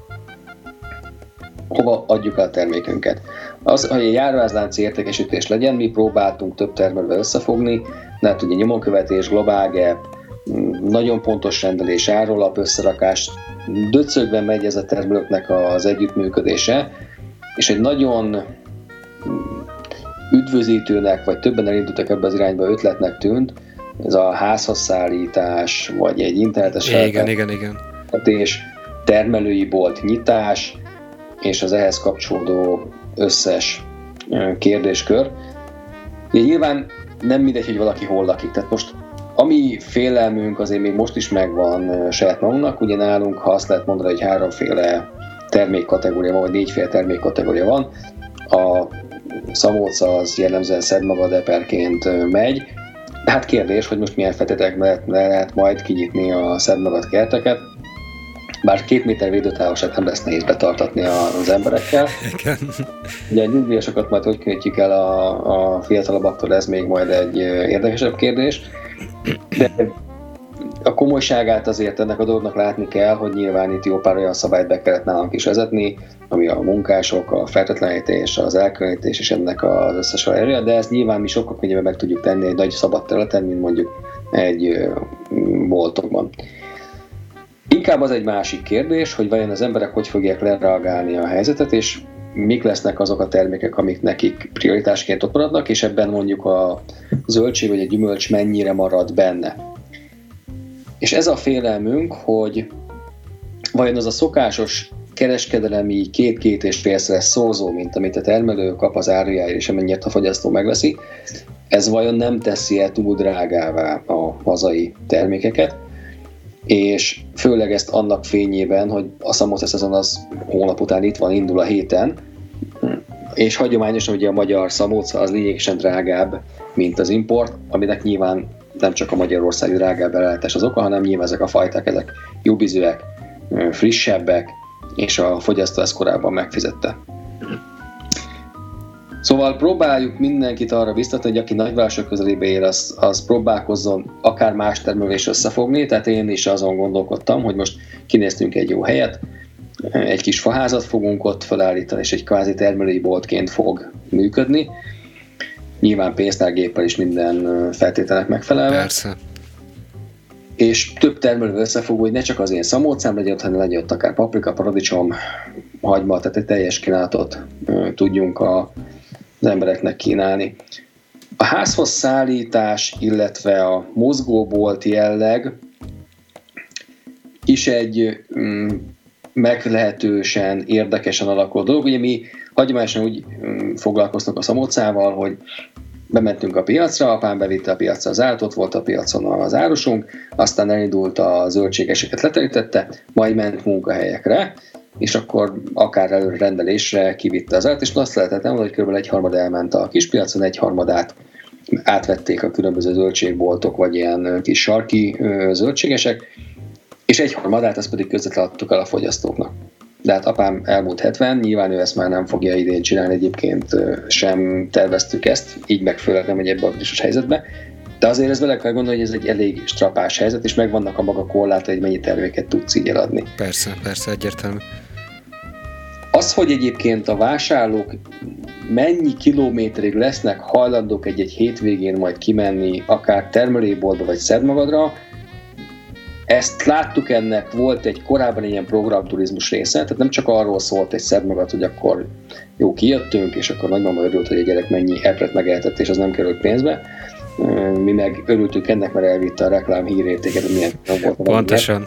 hova adjuk el a termékünket? Az, hogy egy áruházlánci értékesítés legyen, mi próbáltunk több termelővel összefogni, mert ugye nyomonkövetés, globálgap, nagyon pontos rendelés, árólap összerakás, döcögben megy ez a termelőknek az együttműködése, és egy nagyon üdvözítőnek, vagy többen elindultak ebbe az irányba ötletnek tűnt, ez a házhoz szállítás, vagy egy internetes feltöltés, termelői bolt nyitás, és az ehhez kapcsolódó összes kérdéskör. Ugye nyilván nem mindegy, hogy valaki hol lakik. Tehát most ami félelmünk azért még most is megvan saját magunknak, ugye nálunk, ha azt lehet mondani, hogy 3 termékkategória van, vagy 4 termékkategória van. A szamóca az jellemzően szedmagad eperként megy. Hát kérdés, hogy most milyen feltételek mellett lehet majd kinyitni a szedmagad kerteket. Bár 2 méter védőtávolságot nem lesz nehéz betartatni az emberekkel. Ugye a nyugdíjasokat majd hogy könnyítjük el a fiatalabbaktól, ez még majd egy érdekesebb kérdés. De a komolyságát azért ennek a dolognak látni kell, hogy nyilván itt jó pár olyan szabályt be kellett nálunk is vezetni, ami a munkások, a fertőtlenítés, az elkülönítés és ennek az összes valója, de ezt nyilván mi sokkal könnyebben meg tudjuk tenni egy nagy szabad területen, mint mondjuk egy boltokban. Inkább az egy másik kérdés, hogy vajon az emberek hogy fogják lereagálni a helyzetet, és mik lesznek azok a termékek, amik nekik prioritásként ott maradnak, és ebben mondjuk a zöldség vagy a gyümölcs mennyire marad benne. És ez a félelmünk, hogy vajon az a szokásos kereskedelemi 2-2,5-szeres szózó, mint amit a termelő kap az árujáért, és amennyit a fogyasztó megveszi, ez vajon nem teszi-e túl drágává a hazai termékeket, és főleg ezt annak fényében, hogy a szamóca szezon az hónap után itt van, indul a héten, és hagyományosan ugye a magyar szamóca az lényegesen drágább, mint az import, aminek nyilván nem csak a magyarországi drágább előállítás az oka, hanem nyilván ezek a fajták, ezek jobbízűek, frissebbek, és a fogyasztó ezt korábban megfizette. Szóval próbáljuk mindenkit arra biztatni, hogy aki nagyvárosok közelébe él, az próbálkozzon akár más termelés összefogni, tehát én is azon gondolkodtam, hogy most kinéztünk egy jó helyet, egy kis faházat fogunk ott felállítani, és egy kvázi termelői boltként fog működni. Nyilván pénztárgéppel is minden feltételnek megfelelve. Persze. És több termelő összefogó, hogy ne csak az én szamócám legyen ott, hanem legyen ott akár paprika, paradicsom, hagyma, tehát egy teljes kínálatot tudjunk az embereknek kínálni. A házhoz szállítás, illetve a mozgóbolt jelleg is egy meglehetősen érdekesen alakuló dolog. Ugye mi hagyományosan úgy foglalkoztunk a szamócával, hogy bementünk a piacra, apám bevitte a piacra az árat, ott volt a piacon az árusunk, aztán elindult a zöldségeseket leterítette, majd ment munkahelyekre, és akkor akár előrendelésre kivitte az árat, és azt lehetett mondani, hogy kb. 1/3 elment a kispiacon, 1/3 átvették a különböző zöldségboltok, vagy ilyen kis sarki zöldségesek, és 1/3 azt pedig közvetlenül adtuk el a fogyasztóknak. De hát apám elmúlt 70, nyilván ő ezt már nem fogja idén csinálni, egyébként sem terveztük ezt, így meg főleg nem egy ebbe a biztos helyzetbe. De azért ez vele kell gondolni, hogy ez egy elég strapás helyzet, és megvannak a maga korlátai, hogy mennyi terméket tudsz így eladni. Persze, egyértelmű. Az, hogy egyébként a vásárlók mennyi kilométerig lesznek hajlandók egy hétvégén majd kimenni, akár termelőboltba vagy szedmagadra, ezt láttuk, ennek volt egy korábban ilyen programturizmus része, tehát nem csak arról szólt egy szedmagad, hogy akkor jó, kijöttünk, és akkor nagymama örült, hogy a gyerek mennyi epret megehetett, és az nem került pénzbe. Mi meg örültünk ennek, mert elvitte a reklám hírértéket, hogy milyen volt. Pontosan.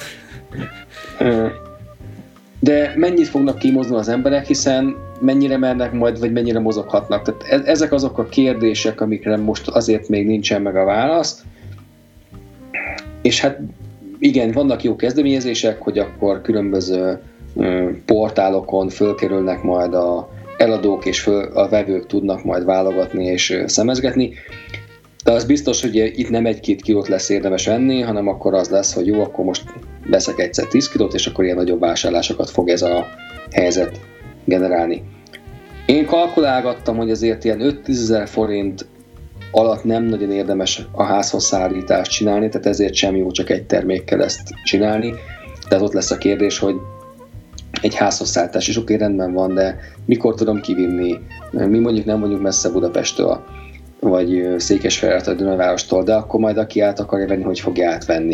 De mennyit fognak kimozdulni az emberek, hiszen mennyire mernek majd, vagy mennyire mozoghatnak. Tehát ezek azok a kérdések, amikre most azért még nincsen meg a válasz. És hát igen, vannak jó kezdeményezések, hogy akkor különböző portálokon fölkerülnek majd a eladók, és a vevők tudnak majd válogatni és szemezgetni. De az biztos, hogy itt nem 1-2 kilót lesz érdemes venni, hanem akkor az lesz, hogy jó, akkor most veszek egyszer 10 kilót, és akkor ilyen nagyobb vásárlásokat fog ez a helyzet generálni. Én kalkulálgattam, hogy azért ilyen 5-10 000 forint alatt nem nagyon érdemes a házhoz szállítást csinálni, tehát ezért sem jó csak egy termékkel ezt csinálni. Tehát ott lesz a kérdés, hogy egy házhoz szállítás is oké, rendben van, de mikor tudom kivinni? Mi mondjuk nem vagyunk messze Budapesttől, vagy Székesfehérvárt, vagy Dunajvárostól, de akkor majd aki át akarja venni, hogy fogja átvenni?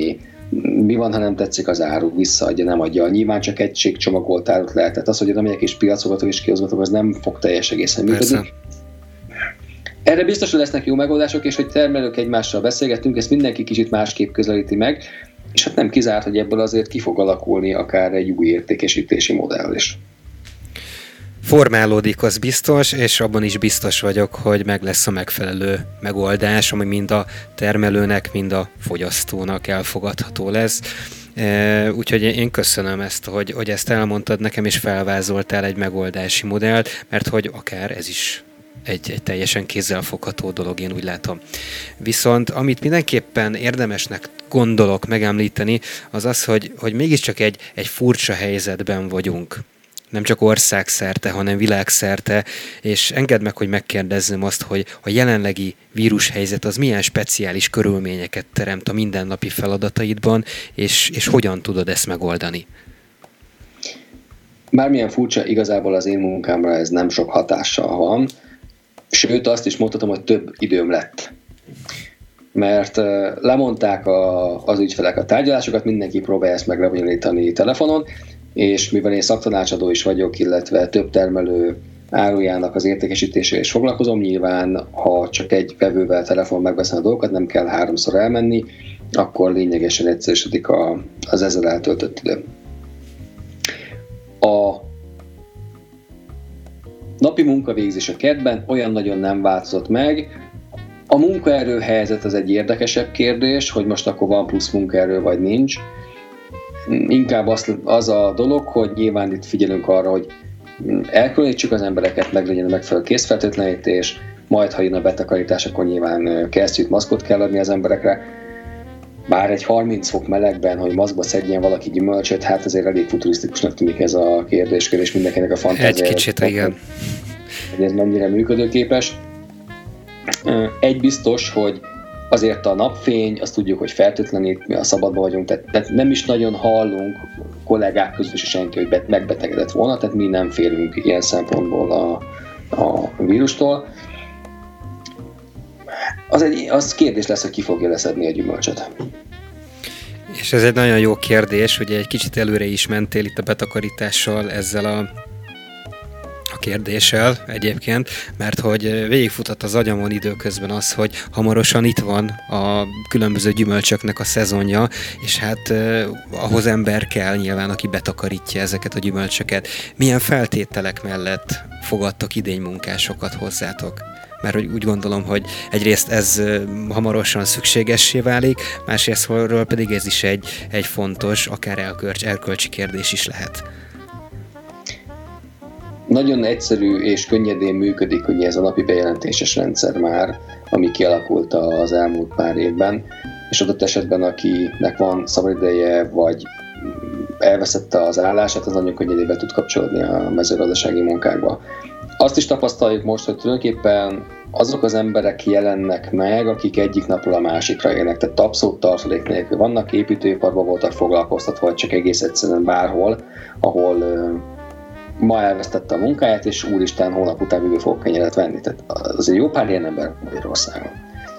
mi van, ha nem tetszik az áru, visszaadja, nem adja. Nyilván csak egységcsomagolt árut lehet. Tehát az, hogy oda megyek és piacogatok és kioszgatok, az nem fog teljes egészen működni. Erre biztos, hogy lesznek jó megoldások, és hogy termelők egymással beszélgetünk, ezt mindenki kicsit másképp közelíti meg, és hát nem kizárt, hogy ebből azért ki fog alakulni akár egy új értékesítési modell is. Formálódik, az biztos, és abban is biztos vagyok, hogy meg lesz a megfelelő megoldás, ami mind a termelőnek, mind a fogyasztónak elfogadható lesz. Úgyhogy én köszönöm ezt, hogy ezt elmondtad nekem, és felvázoltál egy megoldási modellt, mert hogy akár ez is egy teljesen kézzelfogható dolog, én úgy látom. Viszont amit mindenképpen érdemesnek gondolok megemlíteni, az az, hogy mégiscsak egy furcsa helyzetben vagyunk. Nem csak országszerte, hanem világszerte, és engedd meg, hogy megkérdezzem azt, hogy a jelenlegi vírushelyzet az milyen speciális körülményeket teremt a mindennapi feladataidban, és hogyan tudod ezt megoldani? Bármilyen furcsa, igazából az én munkámra ez nem sok hatással van, sőt azt is mondhatom, hogy több időm lett. Mert lemondták az ügyfelek a tárgyalásokat, mindenki próbálja ezt meg lebonyolítani telefonon, és mivel én szaktanácsadó is vagyok, illetve több termelő árujának az értékesítésére is foglalkozom, nyilván ha csak egy vevővel telefonon megbeszélni a dolgokat, nem kell 3-szor elmenni, akkor lényegesen egyszerűsödik az ezzel eltöltött idő. A napi munkavégzés a kertben olyan nagyon nem változott meg. A munkaerőhelyzet az egy érdekesebb kérdés, hogy most akkor van plusz munkaerő vagy nincs. Inkább az a dolog, hogy nyilván itt figyelünk arra, hogy elkülönítsük az embereket, meg legyen a megfelelő készfertőtlenítés, majd ha jön a betakarítás, akkor nyilván kesztyűt, maszkot kell adni az emberekre. Bár egy 30 fok melegben, hogy maszkba szedjen valaki gyümölcsöt, hát azért elég futurisztikusnak tűnik ez a kérdéskör, és mindenkinek a fantáziája. Egy kicsit, igen. Hogy ez mennyire működőképes. Egy biztos, hogy azért a napfény, azt tudjuk, hogy fertőtlenít, mi a szabadban vagyunk, tehát nem is nagyon hallunk kollégák közül is senki, hogy megbetegedett volna, tehát mi nem félünk ilyen szempontból a vírustól. Az kérdés lesz, hogy ki fogja leszedni a gyümölcsöt. És ez egy nagyon jó kérdés, ugye egy kicsit előre is mentél itt a betakarítással, ezzel a kérdéssel egyébként, mert hogy végigfutott az agyamon időközben az, hogy hamarosan itt van a különböző gyümölcsöknek a szezonja, és hát ahhoz ember kell nyilván, aki betakarítja ezeket a gyümölcsöket. Milyen feltételek mellett fogadtok idénymunkásokat hozzátok? Mert úgy gondolom, hogy egyrészt ez hamarosan szükségessé válik, másrésztről pedig ez is egy fontos, akár erkölcsi kérdés is lehet. Nagyon egyszerű és könnyedén működik ugye ez a napi bejelentéses rendszer már, ami kialakult az elmúlt pár évben, és adott esetben akinek van szabadideje, vagy elveszette az állását, az nagyon könnyedén be tud kapcsolódni a mezőgazdasági munkákba. Azt is tapasztaljuk most, hogy tulajdonképpen azok az emberek jelennek meg, akik egyik napról a másikra élnek, tehát abszolút tartalék nélkül vannak, építőiparban voltak foglalkoztatva, vagy csak egész egyszerűen bárhol, ahol ma elvesztette a munkáját, és úristen, hónap után miből fogok kenyeret venni. Tehát az egy jó pár ilyen ember Magyarországon.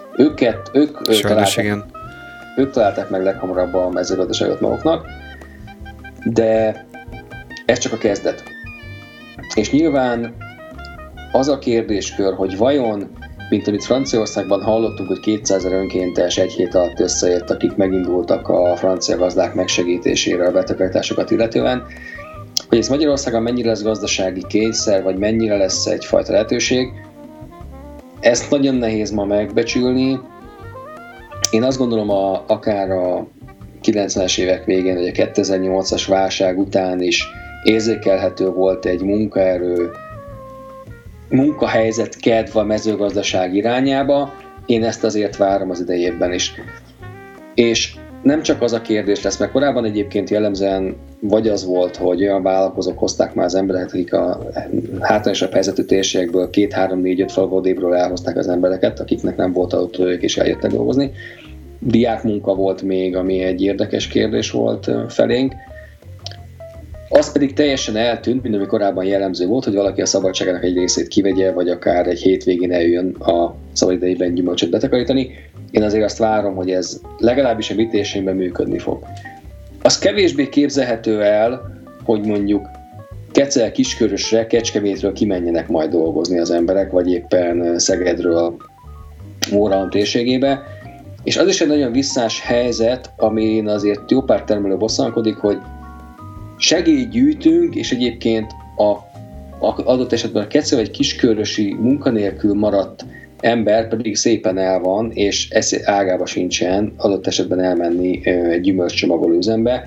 Ők találták meg leghamarabb a mezőgazdaságot maguknak, de ez csak a kezdet. És nyilván az a kérdéskör, hogy vajon, mint amit Franciaországban hallottunk, hogy 200 000 önkéntes egy hét alatt összejött, akik megindultak a francia gazdák megsegítésére a betakarításokat illetően, hogy ez Magyarországon mennyire lesz gazdasági kényszer, vagy mennyire lesz egyfajta lehetőség, ezt nagyon nehéz ma megbecsülni. Én azt gondolom, akár a 90-es évek végén, vagy a 2008-as válság után is érzékelhető volt egy munkahelyzet kedv a mezőgazdaság irányába. Én ezt azért várom az idejében is. És nem csak az a kérdés lesz, mert korábban egyébként jellemzően vagy az volt, hogy olyan vállalkozók hozták már az embereket, akik a hátrányosabb helyzetű térségekből 2-3-4-5 falvodébről elhozták az embereket, akiknek nem volt autójuk és eljöttek dolgozni. Diákmunka volt még, ami egy érdekes kérdés volt felénk. Az pedig teljesen eltűnt, mint ami korábban jellemző volt, hogy valaki a szabadságának egy részét kivegye, vagy akár egy hétvégén eljön a szabadidejében gyümölcsöt betakarítani. Én azért azt várom, hogy ez legalábbis a mi térségben működni fog. Az kevésbé képzelhető el, hogy mondjuk Kecel Kiskörösre, Kecskemétről kimenjenek majd dolgozni az emberek, vagy éppen Szegedről Mórahalom térségébe. És az is egy nagyon visszás helyzet, amin azért jó pár termelő bosszankodik, hogy segélyt gyűjtünk, és egyébként a adott esetben a Kecel vagy Kiskörösi munkanélkül maradt ember pedig szépen el van, és ágába sincsen adott esetben elmenni egy gyümölcscsomagoló üzembe.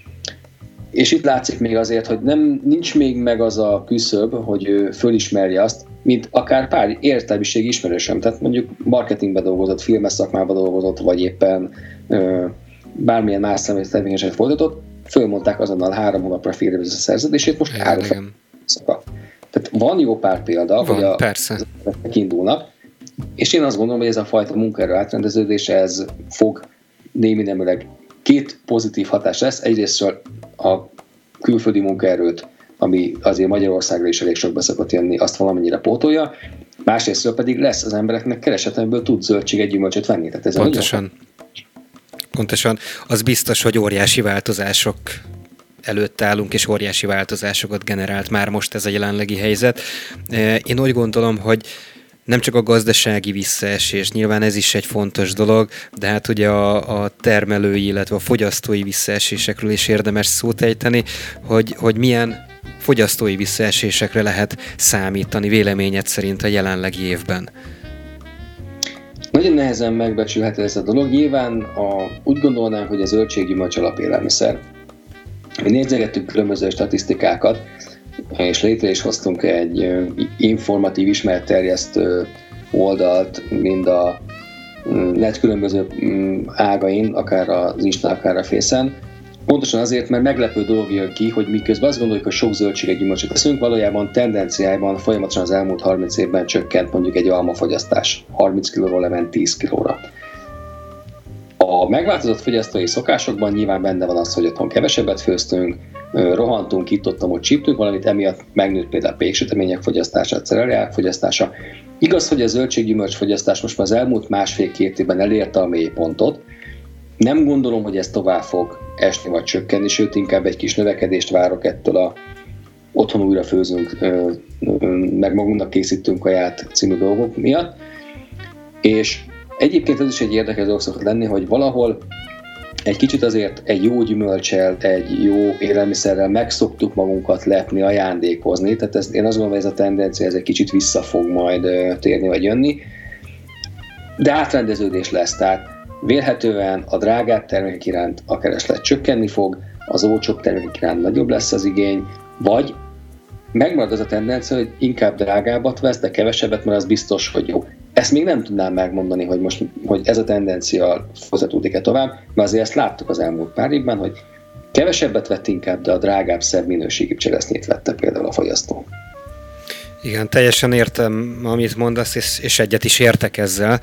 És itt látszik még azért, hogy nincs még meg az a küszöb, hogy ő fölismerje azt, mint akár pár értelmiségi ismerősöm. Tehát mondjuk marketingben dolgozott, filmes szakmában dolgozott, vagy éppen bármilyen más tevékenységet folytatott, fölmondták azonnal 3 hónapra félrevező szerződését, most árulnak. Tehát van jó pár példa, hogy a indulnak, és én azt gondolom, hogy ez a fajta munkaerő átrendeződés, ez fog némi-nemileg 2 pozitív hatás lesz. Egyrésztről a külföldi munkaerőt, ami azért Magyarországra is elég sokba szokott jönni, azt valamennyire pótolja, másrésztről pedig lesz az embereknek keresetemből tud zöldséget, gyümölcsöt venni. Tehát ez Pontosan. Az biztos, hogy óriási változások előtt állunk, és óriási változásokat generált már most ez a jelenlegi helyzet. Én úgy gondolom, hogy nem csak a gazdasági visszaesés, nyilván ez is egy fontos dolog, de hát ugye a termelői, illetve a fogyasztói visszaesésekről is érdemes szót ejteni, hogy milyen fogyasztói visszaesésekre lehet számítani véleményed szerint a jelenlegi évben. Nagyon nehezen megbecsülhető ez a dolog. Nyilván úgy gondolnánk, hogy a zöldséggyümölcs alapélelmiszer. Mi nézegettünk különböző statisztikákat, és létre is hoztunk egy informatív ismeretterjesztő oldalt, mind a net különböző ágain, akár az Instán, akár a Facen. Pontosan azért, mert meglepő dolog jön ki, hogy miközben azt gondoljuk, hogy sok zöldséget, gyümölcsöt teszünk, valójában tendenciájában folyamatosan az elmúlt 30 évben csökkent mondjuk egy almafogyasztás 30 kilóról lement 10 kilóra. A megváltozott fogyasztói szokásokban nyilván benne van az, hogy otthon kevesebbet főztünk, rohantunk, itt-ott csíptünk valamit, emiatt megnőtt például a péksütemények fogyasztása, a cereáliák fogyasztása. Igaz, hogy a zöldséggyümölcs fogyasztás most már az elmúlt 1,5-2 évben elérte a mélypontot. Nem gondolom, hogy ez tovább fog esni vagy csökkenni, sőt inkább egy kis növekedést várok ettől a otthon újra főzünk, meg magunknak készítünk kaját című dolgok miatt. És egyébként ez is egy érdekes dolog szokott lenni, hogy valahol egy kicsit azért egy jó gyümölccsel, egy jó élelmiszerrel megszoktuk magunkat lepni, ajándékozni, tehát én azt gondolom, hogy ez a tendencia ez egy kicsit vissza fog majd térni vagy jönni, de átrendeződés lesz, tehát vélhetően a drágább termékek iránt a kereslet csökkenni fog, az olcsóbb termékek iránt nagyobb lesz az igény, vagy megmarad az a tendencia, hogy inkább drágábbat vesz, de kevesebbet, mert az biztos, hogy jó. Ezt még nem tudnám megmondani, hogy ez a tendencia folytatódik-e tovább, mert azért ezt láttuk az elmúlt pár évben, hogy kevesebbet vett inkább, de a drágább, szebb minőségű cseresznyét vette például a fogyasztó. Igen, teljesen értem, amit mondasz, és egyet is értek ezzel.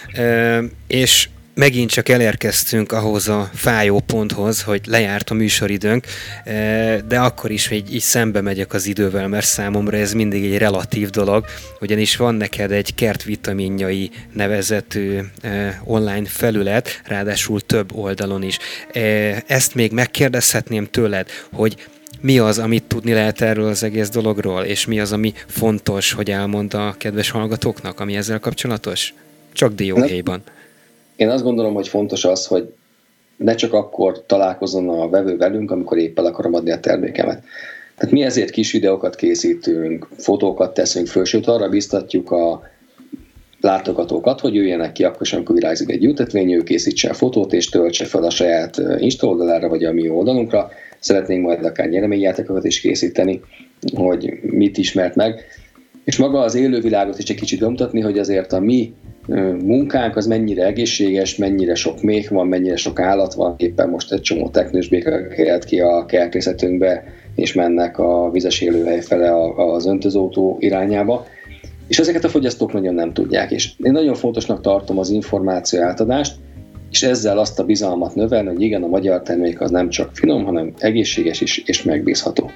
És megint csak elérkeztünk ahhoz a fájó ponthoz, hogy lejárt a műsoridőnk, de akkor is így szembe megyek az idővel, mert számomra ez mindig egy relatív dolog, ugyanis van neked egy kertvitaminjai nevezetű online felület, ráadásul több oldalon is. Ezt még megkérdezhetném tőled, hogy mi az, amit tudni lehet erről az egész dologról, és mi az, ami fontos, hogy elmond a kedves hallgatóknak, ami ezzel kapcsolatos? Csak dióhéjban. Én azt gondolom, hogy fontos az, hogy ne csak akkor találkozzon a vevő velünk, amikor épp el akarom adni a termékemet. Tehát mi ezért kis videókat készítünk, fotókat teszünk föl, sőt arra biztatjuk a látogatókat, hogy jöjjenek ki akkor, amikor virágzik egy gyűjtetvény, ő készítse a fotót és töltse fel a saját Insta oldalára, vagy a mi oldalunkra. Szeretnénk majd akár nyereményjátékokat is készíteni, hogy mit ismert meg. És maga az élővilágot is egy kicsit bemutatni, hogy azért a mi munkánk az mennyire egészséges, mennyire sok méh van, mennyire sok állat van. Éppen most egy csomó teknősbéka kelt ki a kertészetünkbe, és mennek a vizes élőhely fele az öntözőautó irányába. És ezeket a fogyasztók nagyon nem tudják. És én nagyon fontosnak tartom az információ átadást, és ezzel azt a bizalmat növelni, hogy igen, a magyar termék az nem csak finom, hanem egészséges is, és megbízható.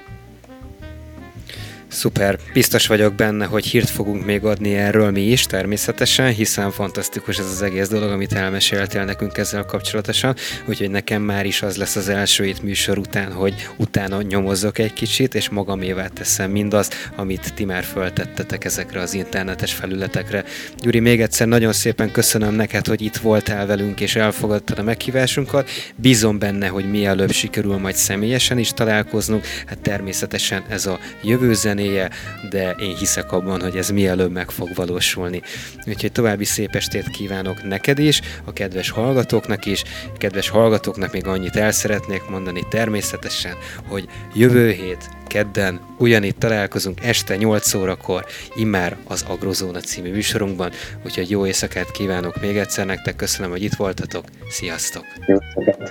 Szuper, biztos vagyok benne, hogy hírt fogunk még adni erről mi is természetesen, hiszen fantasztikus ez az egész dolog, amit elmeséltél nekünk ezzel kapcsolatosan, úgyhogy nekem már is az lesz az első 7 műsor után, hogy utána nyomozzak egy kicsit, és magamévá teszem mindazt, amit ti már föltettetek ezekre az internetes felületekre. Gyuri, még egyszer nagyon szépen köszönöm neked, hogy itt voltál velünk, és elfogadtad a meghívásunkat. Bízom benne, hogy mielőbb sikerül majd személyesen is találkoznunk, hát természetesen ez a jövő zenéje, de én hiszek abban, hogy ez mielőbb meg fog valósulni. Úgyhogy további szép estét kívánok neked is, a kedves hallgatóknak is. A kedves hallgatóknak még annyit el szeretnék mondani természetesen, hogy jövő hét kedden ugyanitt találkozunk este 8 órakor, immár az Agrozóna című műsorunkban, úgyhogy jó éjszakát kívánok még egyszer nektek, köszönöm, hogy itt voltatok, sziasztok! Jó éjszakát!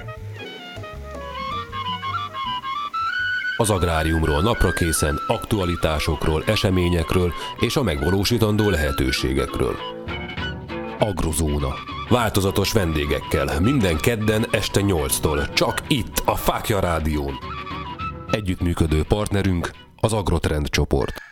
Az agráriumról naprakészen, aktualitásokról, eseményekről és a megvalósítandó lehetőségekről. Agrozóna. Változatos vendégekkel, minden kedden este 8-tól, csak itt, a Fáklya Rádión. Együttműködő partnerünk az Agrotrend csoport.